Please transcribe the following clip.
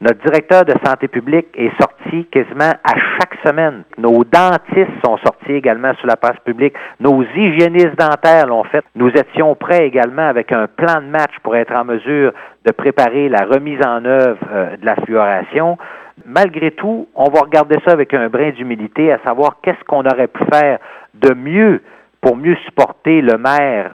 Notre directeur de santé publique est sorti quasiment à chaque semaine. Nos dentistes sont sortis également sur la place publique. Nos hygiénistes dentaires l'ont fait. Nous étions prêts également avec un plan de match pour être en mesure de préparer la remise en œuvre de la fluoration. Malgré tout, on va regarder ça avec un brin d'humilité, à savoir qu'est-ce qu'on aurait pu faire de mieux pour mieux supporter le maire